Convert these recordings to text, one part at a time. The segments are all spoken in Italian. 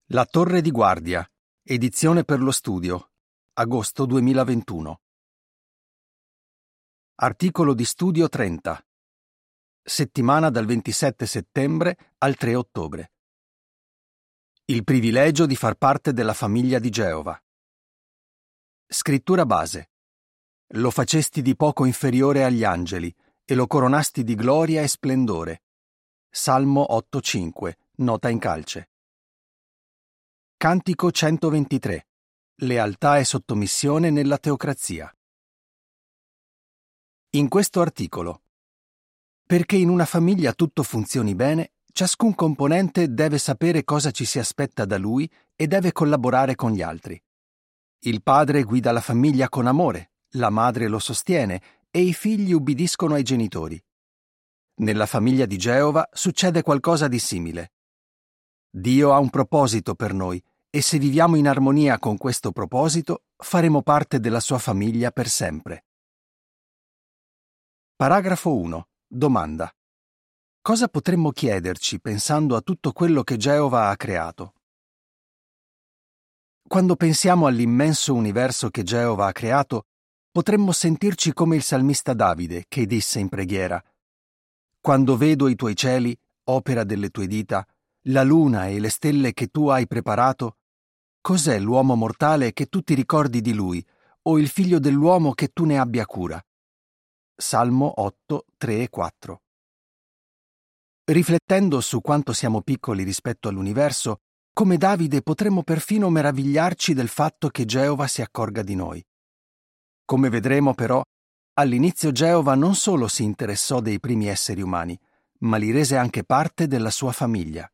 La torre di guardia, edizione per lo studio, agosto 2021. Articolo di studio 30. Settimana dal 27 settembre al 3 ottobre. Il privilegio di far parte della famiglia di Geova. Scrittura base. Lo facesti di poco inferiore agli angeli e lo coronasti di gloria e splendore. Salmo 8,5, nota in calce. Cantico 123. Lealtà e sottomissione nella teocrazia. In questo articolo. Perché in una famiglia tutto funzioni bene, ciascun componente deve sapere cosa ci si aspetta da lui e deve collaborare con gli altri. Il padre guida la famiglia con amore, la madre lo sostiene e i figli ubbidiscono ai genitori. Nella famiglia di Geova succede qualcosa di simile. Dio ha un proposito per noi e se viviamo in armonia con questo proposito, faremo parte della sua famiglia per sempre. Paragrafo 1. Domanda. Cosa potremmo chiederci pensando a tutto quello che Geova ha creato? Quando pensiamo all'immenso universo che Geova ha creato, potremmo sentirci come il salmista Davide, che disse in preghiera: «Quando vedo i tuoi cieli, opera delle tue dita, la luna e le stelle che tu hai preparato, cos'è l'uomo mortale che tu ti ricordi di lui, o il figlio dell'uomo che tu ne abbia cura?» Salmo 8, 3 e 4. Riflettendo su quanto siamo piccoli rispetto all'universo, come Davide potremmo perfino meravigliarci del fatto che Geova si accorga di noi. Come vedremo però, all'inizio Geova non solo si interessò dei primi esseri umani, ma li rese anche parte della sua famiglia.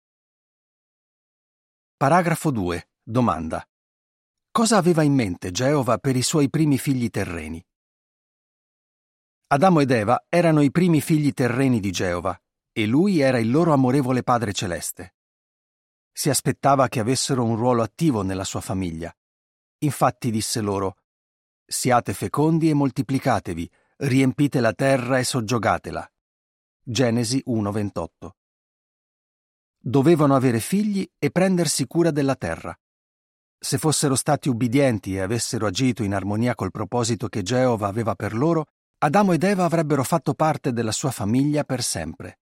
Paragrafo 2. Domanda. Cosa aveva in mente Geova per i suoi primi figli terreni? Adamo ed Eva erano i primi figli terreni di Geova e lui era il loro amorevole Padre Celeste. Si aspettava che avessero un ruolo attivo nella sua famiglia. Infatti disse loro: «Siate fecondi e moltiplicatevi, riempite la terra e soggiogatela». Genesi 1,28. Dovevano avere figli e prendersi cura della terra. Se fossero stati ubbidienti e avessero agito in armonia col proposito che Geova aveva per loro, Adamo ed Eva avrebbero fatto parte della sua famiglia per sempre.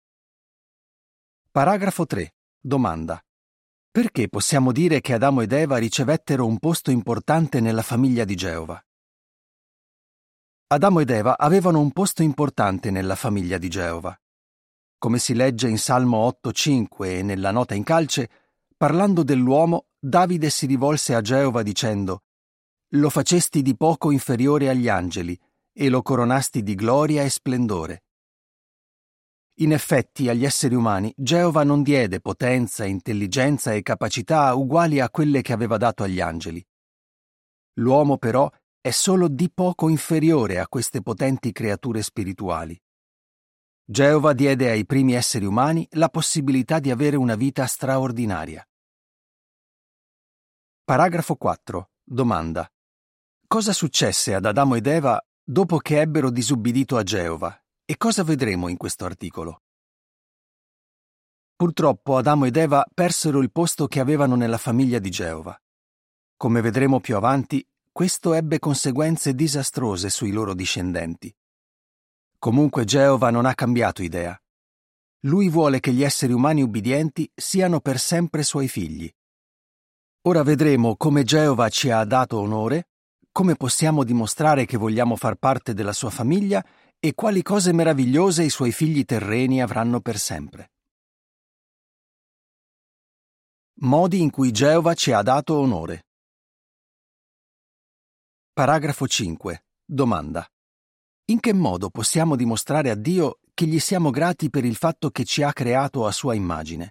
Paragrafo 3. Domanda. Perché possiamo dire che Adamo ed Eva ricevettero un posto importante nella famiglia di Geova? Adamo ed Eva avevano un posto importante nella famiglia di Geova. Come si legge in Salmo 8,5 e nella nota in calce, parlando dell'uomo, Davide si rivolse a Geova dicendo: «Lo facesti di poco inferiore agli angeli e lo coronasti di gloria e splendore». In effetti, agli esseri umani, Geova non diede potenza, intelligenza e capacità uguali a quelle che aveva dato agli angeli. L'uomo, però, è solo di poco inferiore a queste potenti creature spirituali. Geova diede ai primi esseri umani la possibilità di avere una vita straordinaria. Paragrafo 4. Domanda. Cosa successe ad Adamo ed Eva dopo che ebbero disubbidito a Geova? E cosa vedremo in questo articolo? Purtroppo Adamo ed Eva persero il posto che avevano nella famiglia di Geova. Come vedremo più avanti, questo ebbe conseguenze disastrose sui loro discendenti. Comunque Geova non ha cambiato idea. Lui vuole che gli esseri umani ubbidienti siano per sempre suoi figli. Ora vedremo come Geova ci ha dato onore, come possiamo dimostrare che vogliamo far parte della sua famiglia e quali cose meravigliose i suoi figli terreni avranno per sempre. Modi in cui Geova ci ha dato onore. Paragrafo 5. Domanda. In che modo possiamo dimostrare a Dio che gli siamo grati per il fatto che ci ha creato a sua immagine?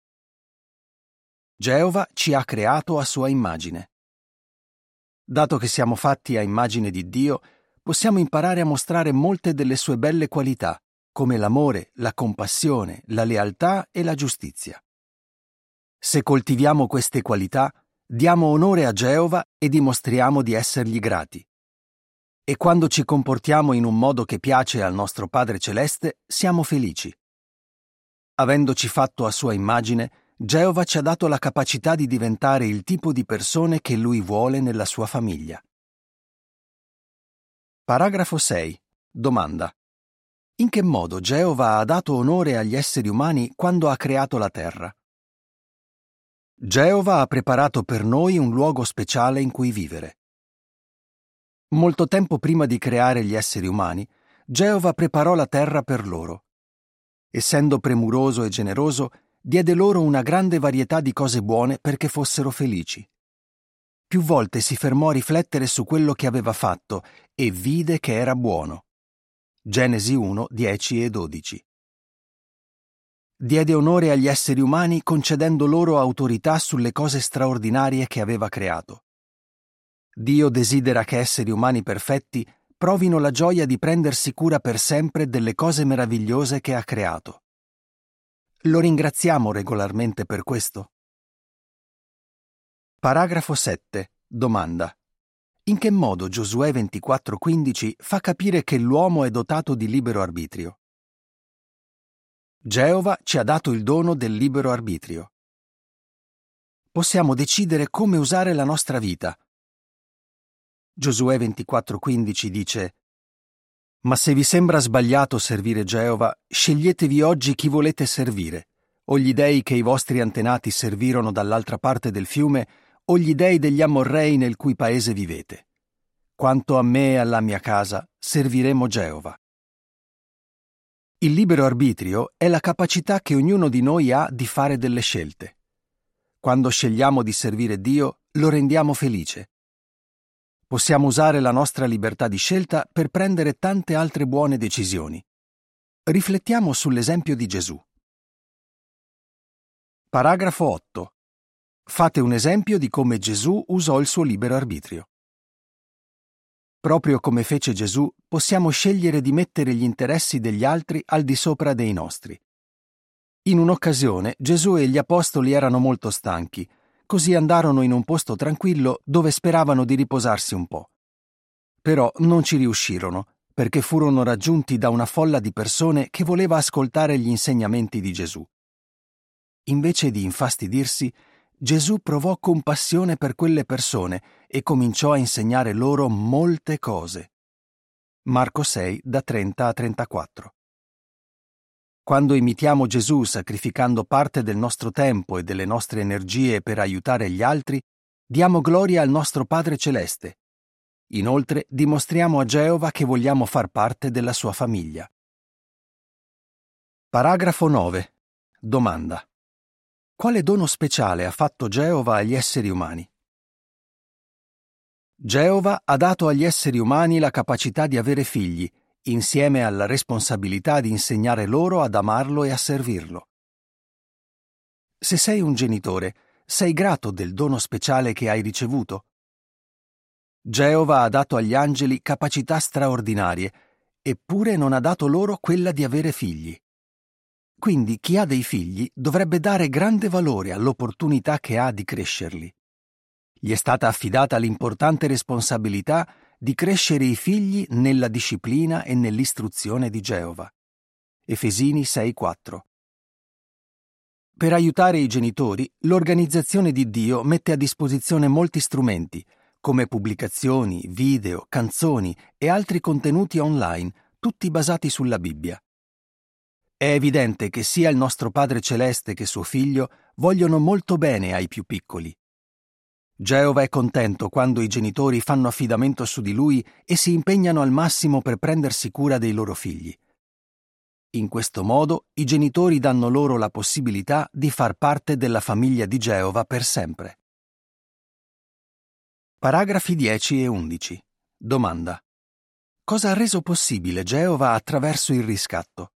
Geova ci ha creato a sua immagine. Dato che siamo fatti a immagine di Dio, possiamo imparare a mostrare molte delle sue belle qualità, come l'amore, la compassione, la lealtà e la giustizia. Se coltiviamo queste qualità, diamo onore a Geova e dimostriamo di essergli grati. E quando ci comportiamo in un modo che piace al nostro Padre Celeste, siamo felici. Avendoci fatto a sua immagine, Geova ci ha dato la capacità di diventare il tipo di persone che Lui vuole nella sua famiglia. Paragrafo 6. Domanda. In che modo Geova ha dato onore agli esseri umani quando ha creato la terra? Geova ha preparato per noi un luogo speciale in cui vivere. Molto tempo prima di creare gli esseri umani, Geova preparò la terra per loro. Essendo premuroso e generoso, diede loro una grande varietà di cose buone perché fossero felici. Più volte si fermò a riflettere su quello che aveva fatto e vide che era buono. Genesi 1, 10 e 12. Diede onore agli esseri umani concedendo loro autorità sulle cose straordinarie che aveva creato. Dio desidera che esseri umani perfetti provino la gioia di prendersi cura per sempre delle cose meravigliose che ha creato. Lo ringraziamo regolarmente per questo? Paragrafo 7. Domanda. In che modo Giosuè 24,15 fa capire che l'uomo è dotato di libero arbitrio? Geova ci ha dato il dono del libero arbitrio. Possiamo decidere come usare la nostra vita. Giosuè 24,15 dice: Ma se vi sembra sbagliato servire Geova, sceglietevi oggi chi volete servire, o gli dei che i vostri antenati servirono dall'altra parte del fiume, o gli dei degli Amorrei nel cui paese vivete. Quanto a me e alla mia casa, serviremo Geova. Il libero arbitrio è la capacità che ognuno di noi ha di fare delle scelte. Quando scegliamo di servire Dio, lo rendiamo felice. Possiamo usare la nostra libertà di scelta per prendere tante altre buone decisioni. Riflettiamo sull'esempio di Gesù. Paragrafo 8. Fate un esempio di come Gesù usò il suo libero arbitrio. Proprio come fece Gesù, possiamo scegliere di mettere gli interessi degli altri al di sopra dei nostri. In un'occasione Gesù e gli apostoli erano molto stanchi, così andarono in un posto tranquillo dove speravano di riposarsi un po'. Però non ci riuscirono, perché furono raggiunti da una folla di persone che voleva ascoltare gli insegnamenti di Gesù. Invece di infastidirsi, Gesù provò compassione per quelle persone e cominciò a insegnare loro molte cose. Marco 6, da 30 a 34. Quando imitiamo Gesù sacrificando parte del nostro tempo e delle nostre energie per aiutare gli altri, diamo gloria al nostro Padre Celeste. Inoltre dimostriamo a Geova che vogliamo far parte della sua famiglia. Paragrafo 9. Domanda. Quale dono speciale ha fatto Geova agli esseri umani? Geova ha dato agli esseri umani la capacità di avere figli, insieme alla responsabilità di insegnare loro ad amarlo e a servirlo. Se sei un genitore, sei grato del dono speciale che hai ricevuto? Geova ha dato agli angeli capacità straordinarie, eppure non ha dato loro quella di avere figli. Quindi chi ha dei figli dovrebbe dare grande valore all'opportunità che ha di crescerli. Gli è stata affidata l'importante responsabilità di crescere i figli nella disciplina e nell'istruzione di Geova. Efesini 6,4. Per aiutare i genitori, l'organizzazione di Dio mette a disposizione molti strumenti, come pubblicazioni, video, canzoni e altri contenuti online, tutti basati sulla Bibbia. È evidente che sia il nostro Padre Celeste che suo Figlio vogliono molto bene ai più piccoli. Geova è contento quando i genitori fanno affidamento su di Lui e si impegnano al massimo per prendersi cura dei loro figli. In questo modo i genitori danno loro la possibilità di far parte della famiglia di Geova per sempre. Paragrafi 10 e 11. Domanda. Cosa ha reso possibile Geova attraverso il riscatto?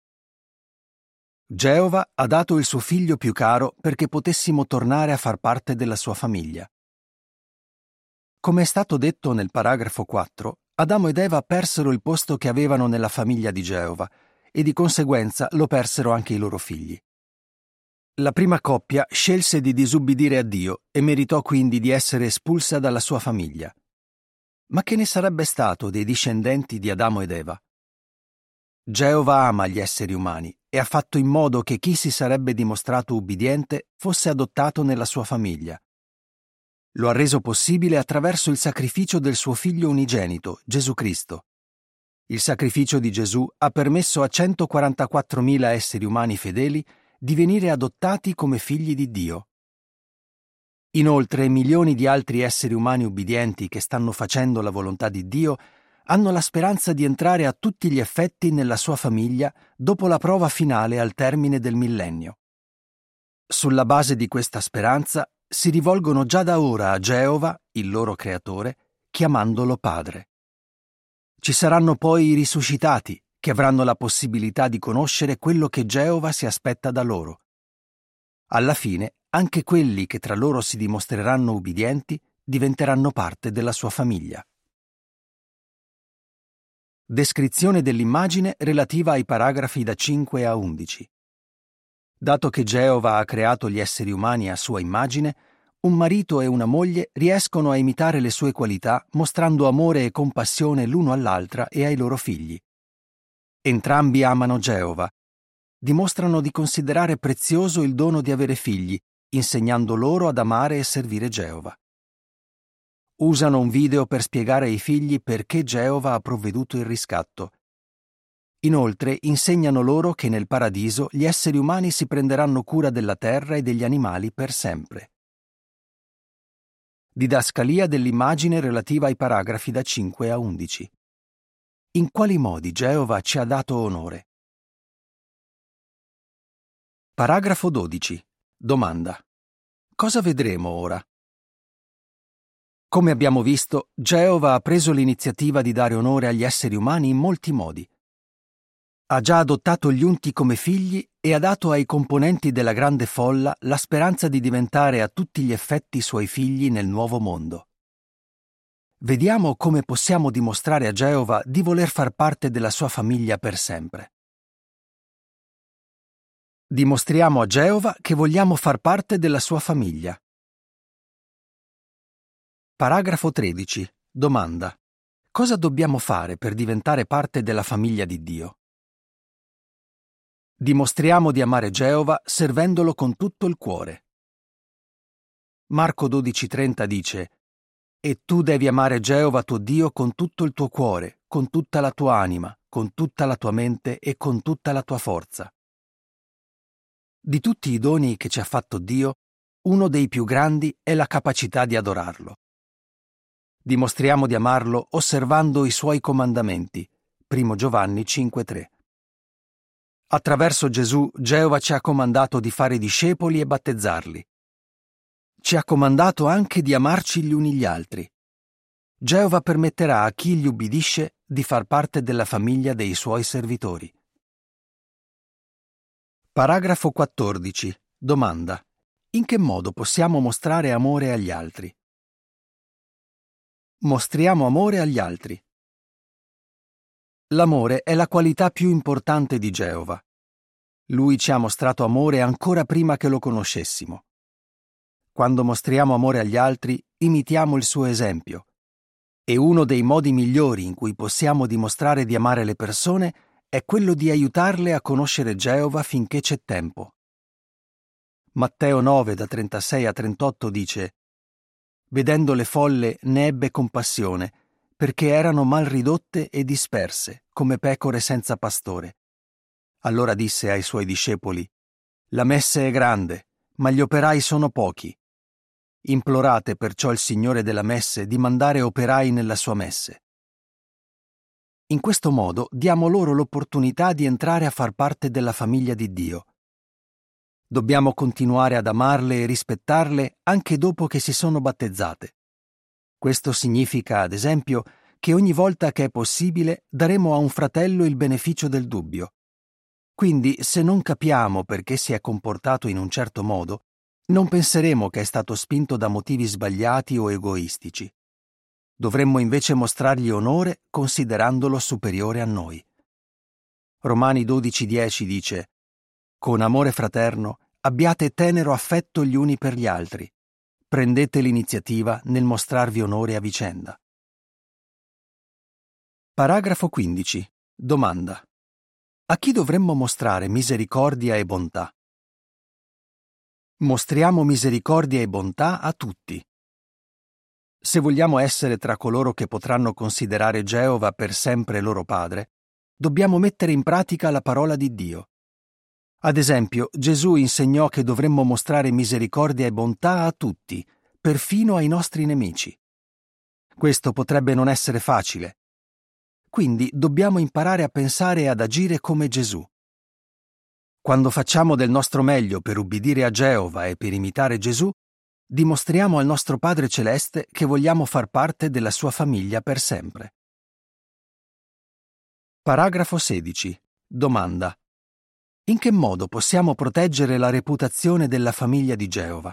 Geova ha dato il suo figlio più caro perché potessimo tornare a far parte della sua famiglia. Come è stato detto nel paragrafo 4, Adamo ed Eva persero il posto che avevano nella famiglia di Geova e di conseguenza lo persero anche i loro figli. La prima coppia scelse di disubbidire a Dio e meritò quindi di essere espulsa dalla sua famiglia. Ma che ne sarebbe stato dei discendenti di Adamo ed Eva? Geova ama gli esseri umani e ha fatto in modo che chi si sarebbe dimostrato ubbidiente fosse adottato nella sua famiglia. Lo ha reso possibile attraverso il sacrificio del suo figlio unigenito, Gesù Cristo. Il sacrificio di Gesù ha permesso a 144.000 esseri umani fedeli di venire adottati come figli di Dio. Inoltre, milioni di altri esseri umani ubbidienti che stanno facendo la volontà di Dio hanno la speranza di entrare a tutti gli effetti nella sua famiglia dopo la prova finale al termine del millennio. Sulla base di questa speranza si rivolgono già da ora a Geova, il loro creatore, chiamandolo Padre. Ci saranno poi i risuscitati, che avranno la possibilità di conoscere quello che Geova si aspetta da loro. Alla fine, anche quelli che tra loro si dimostreranno ubbidienti diventeranno parte della sua famiglia. Descrizione dell'immagine relativa ai paragrafi da 5 a 11. Dato che Geova ha creato gli esseri umani a sua immagine, un marito e una moglie riescono a imitare le sue qualità mostrando amore e compassione l'uno all'altra e ai loro figli. Entrambi amano Geova. Dimostrano di considerare prezioso il dono di avere figli, insegnando loro ad amare e servire Geova. Usano un video per spiegare ai figli perché Geova ha provveduto il riscatto. Inoltre insegnano loro che nel paradiso gli esseri umani si prenderanno cura della terra e degli animali per sempre. Didascalia dell'immagine relativa ai paragrafi da 5 a 11. In quali modi Geova ci ha dato onore? Paragrafo 12. Domanda. Cosa vedremo ora? Come abbiamo visto, Geova ha preso l'iniziativa di dare onore agli esseri umani in molti modi. Ha già adottato gli unti come figli e ha dato ai componenti della grande folla la speranza di diventare a tutti gli effetti suoi figli nel nuovo mondo. Vediamo come possiamo dimostrare a Geova di voler far parte della sua famiglia per sempre. Dimostriamo a Geova che vogliamo far parte della sua famiglia. Paragrafo 13. Domanda. Cosa dobbiamo fare per diventare parte della famiglia di Dio? Dimostriamo di amare Geova servendolo con tutto il cuore. Marco 12,30 dice: «E tu devi amare Geova tuo Dio con tutto il tuo cuore, con tutta la tua anima, con tutta la tua mente e con tutta la tua forza». Di tutti i doni che ci ha fatto Dio, uno dei più grandi è la capacità di adorarlo. Dimostriamo di amarlo osservando i suoi comandamenti. 1 Giovanni 5,3. Attraverso Gesù, Geova ci ha comandato di fare discepoli e battezzarli. Ci ha comandato anche di amarci gli uni gli altri. Geova permetterà a chi gli ubbidisce di far parte della famiglia dei suoi servitori. Paragrafo 14. Domanda. In che modo possiamo mostrare amore agli altri? Mostriamo amore agli altri. L'amore è la qualità più importante di Geova. Lui ci ha mostrato amore ancora prima che lo conoscessimo. Quando mostriamo amore agli altri, imitiamo il suo esempio. E uno dei modi migliori in cui possiamo dimostrare di amare le persone è quello di aiutarle a conoscere Geova finché c'è tempo. Matteo 9, da 36 a 38 dice: «Vedendo le folle ne ebbe compassione, perché erano mal ridotte e disperse, come pecore senza pastore. Allora disse ai suoi discepoli: La messe è grande, ma gli operai sono pochi. Implorate perciò il Signore della messe di mandare operai nella sua messe». In questo modo diamo loro l'opportunità di entrare a far parte della famiglia di Dio. Dobbiamo continuare ad amarle e rispettarle anche dopo che si sono battezzate. Questo significa, ad esempio, che ogni volta che è possibile daremo a un fratello il beneficio del dubbio. Quindi, se non capiamo perché si è comportato in un certo modo, non penseremo che è stato spinto da motivi sbagliati o egoistici. Dovremmo invece mostrargli onore considerandolo superiore a noi. Romani 12,10 dice: «Con amore fraterno abbiate tenero affetto gli uni per gli altri. Prendete l'iniziativa nel mostrarvi onore a vicenda». Paragrafo 15. Domanda. A chi dovremmo mostrare misericordia e bontà? Mostriamo misericordia e bontà a tutti. Se vogliamo essere tra coloro che potranno considerare Geova per sempre loro padre, dobbiamo mettere in pratica la parola di Dio. Ad esempio, Gesù insegnò che dovremmo mostrare misericordia e bontà a tutti, perfino ai nostri nemici. Questo potrebbe non essere facile. Quindi dobbiamo imparare a pensare e ad agire come Gesù. Quando facciamo del nostro meglio per ubbidire a Geova e per imitare Gesù, dimostriamo al nostro Padre Celeste che vogliamo far parte della sua famiglia per sempre. Paragrafo 16. Domanda. In che modo possiamo proteggere la reputazione della famiglia di Geova?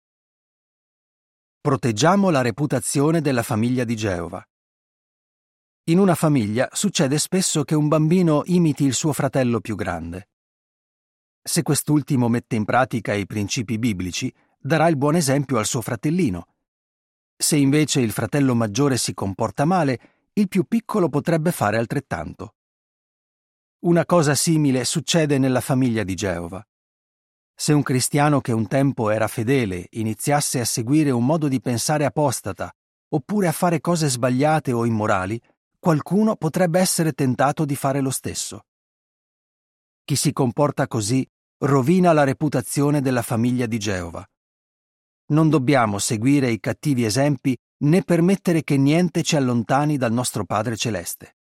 Proteggiamo la reputazione della famiglia di Geova. In una famiglia succede spesso che un bambino imiti il suo fratello più grande. Se quest'ultimo mette in pratica i principi biblici, darà il buon esempio al suo fratellino. Se invece il fratello maggiore si comporta male, il più piccolo potrebbe fare altrettanto. Una cosa simile succede nella famiglia di Geova. Se un cristiano che un tempo era fedele iniziasse a seguire un modo di pensare apostata, oppure a fare cose sbagliate o immorali, qualcuno potrebbe essere tentato di fare lo stesso. Chi si comporta così rovina la reputazione della famiglia di Geova. Non dobbiamo seguire i cattivi esempi né permettere che niente ci allontani dal nostro Padre Celeste.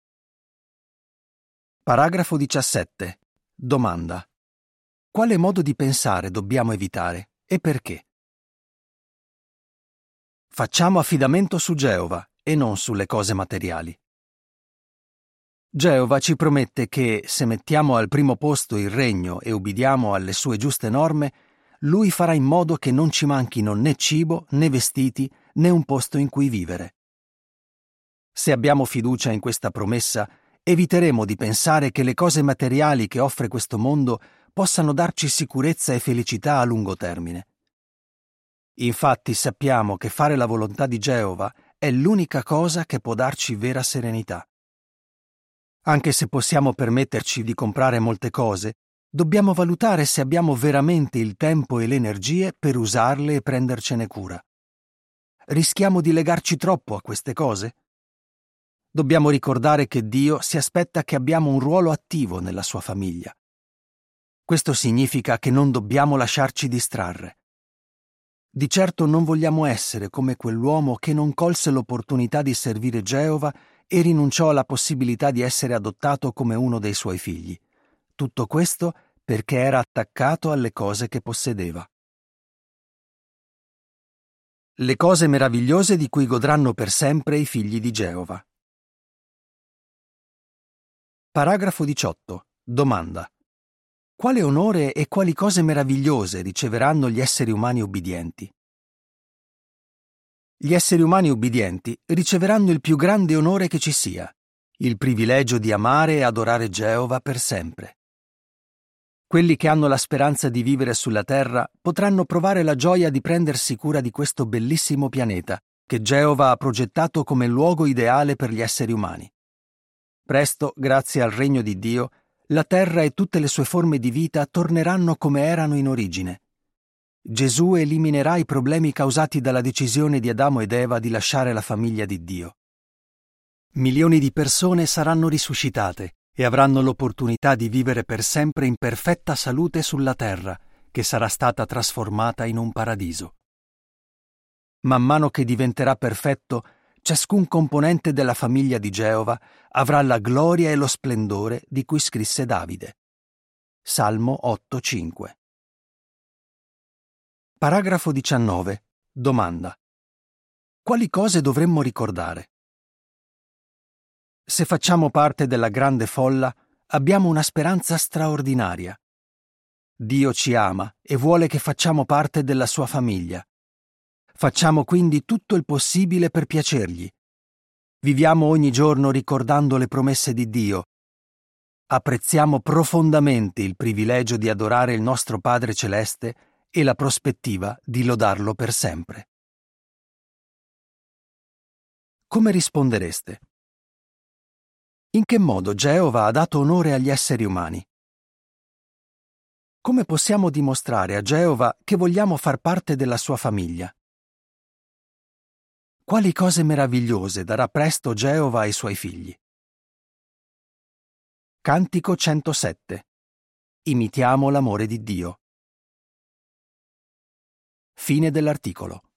Paragrafo 17. Domanda. Quale modo di pensare dobbiamo evitare e perché? Facciamo affidamento su Geova e non sulle cose materiali. Geova ci promette che, se mettiamo al primo posto il regno e ubbidiamo alle sue giuste norme, Lui farà in modo che non ci manchino né cibo, né vestiti, né un posto in cui vivere. Se abbiamo fiducia in questa promessa, eviteremo di pensare che le cose materiali che offre questo mondo possano darci sicurezza e felicità a lungo termine. Infatti sappiamo che fare la volontà di Geova è l'unica cosa che può darci vera serenità. Anche se possiamo permetterci di comprare molte cose, dobbiamo valutare se abbiamo veramente il tempo e le energie per usarle e prendercene cura. Rischiamo di legarci troppo a queste cose? Dobbiamo ricordare che Dio si aspetta che abbiamo un ruolo attivo nella sua famiglia. Questo significa che non dobbiamo lasciarci distrarre. Di certo non vogliamo essere come quell'uomo che non colse l'opportunità di servire Geova e rinunciò alla possibilità di essere adottato come uno dei suoi figli. Tutto questo perché era attaccato alle cose che possedeva. Le cose meravigliose di cui godranno per sempre i figli di Geova. Paragrafo 18. Domanda. Quale onore e quali cose meravigliose riceveranno gli esseri umani ubbidienti? Gli esseri umani ubbidienti riceveranno il più grande onore che ci sia, il privilegio di amare e adorare Geova per sempre. Quelli che hanno la speranza di vivere sulla terra potranno provare la gioia di prendersi cura di questo bellissimo pianeta che Geova ha progettato come luogo ideale per gli esseri umani. Presto, grazie al regno di Dio, la terra e tutte le sue forme di vita torneranno come erano in origine. Gesù eliminerà i problemi causati dalla decisione di Adamo ed Eva di lasciare la famiglia di Dio. Milioni di persone saranno risuscitate e avranno l'opportunità di vivere per sempre in perfetta salute sulla terra, che sarà stata trasformata in un paradiso. Man mano che diventerà perfetto, ciascun componente della famiglia di Geova avrà la gloria e lo splendore di cui scrisse Davide. Salmo 8,5. Paragrafo 19. Domanda. Quali cose dovremmo ricordare? Se facciamo parte della grande folla, abbiamo una speranza straordinaria. Dio ci ama e vuole che facciamo parte della sua famiglia. Facciamo quindi tutto il possibile per piacergli. Viviamo ogni giorno ricordando le promesse di Dio. Apprezziamo profondamente il privilegio di adorare il nostro Padre Celeste e la prospettiva di lodarlo per sempre. Come rispondereste? In che modo Geova ha dato onore agli esseri umani? Come possiamo dimostrare a Geova che vogliamo far parte della sua famiglia? Quali cose meravigliose darà presto Geova ai suoi figli? Cantico 107. Imitiamo l'amore di Dio. Fine dell'articolo.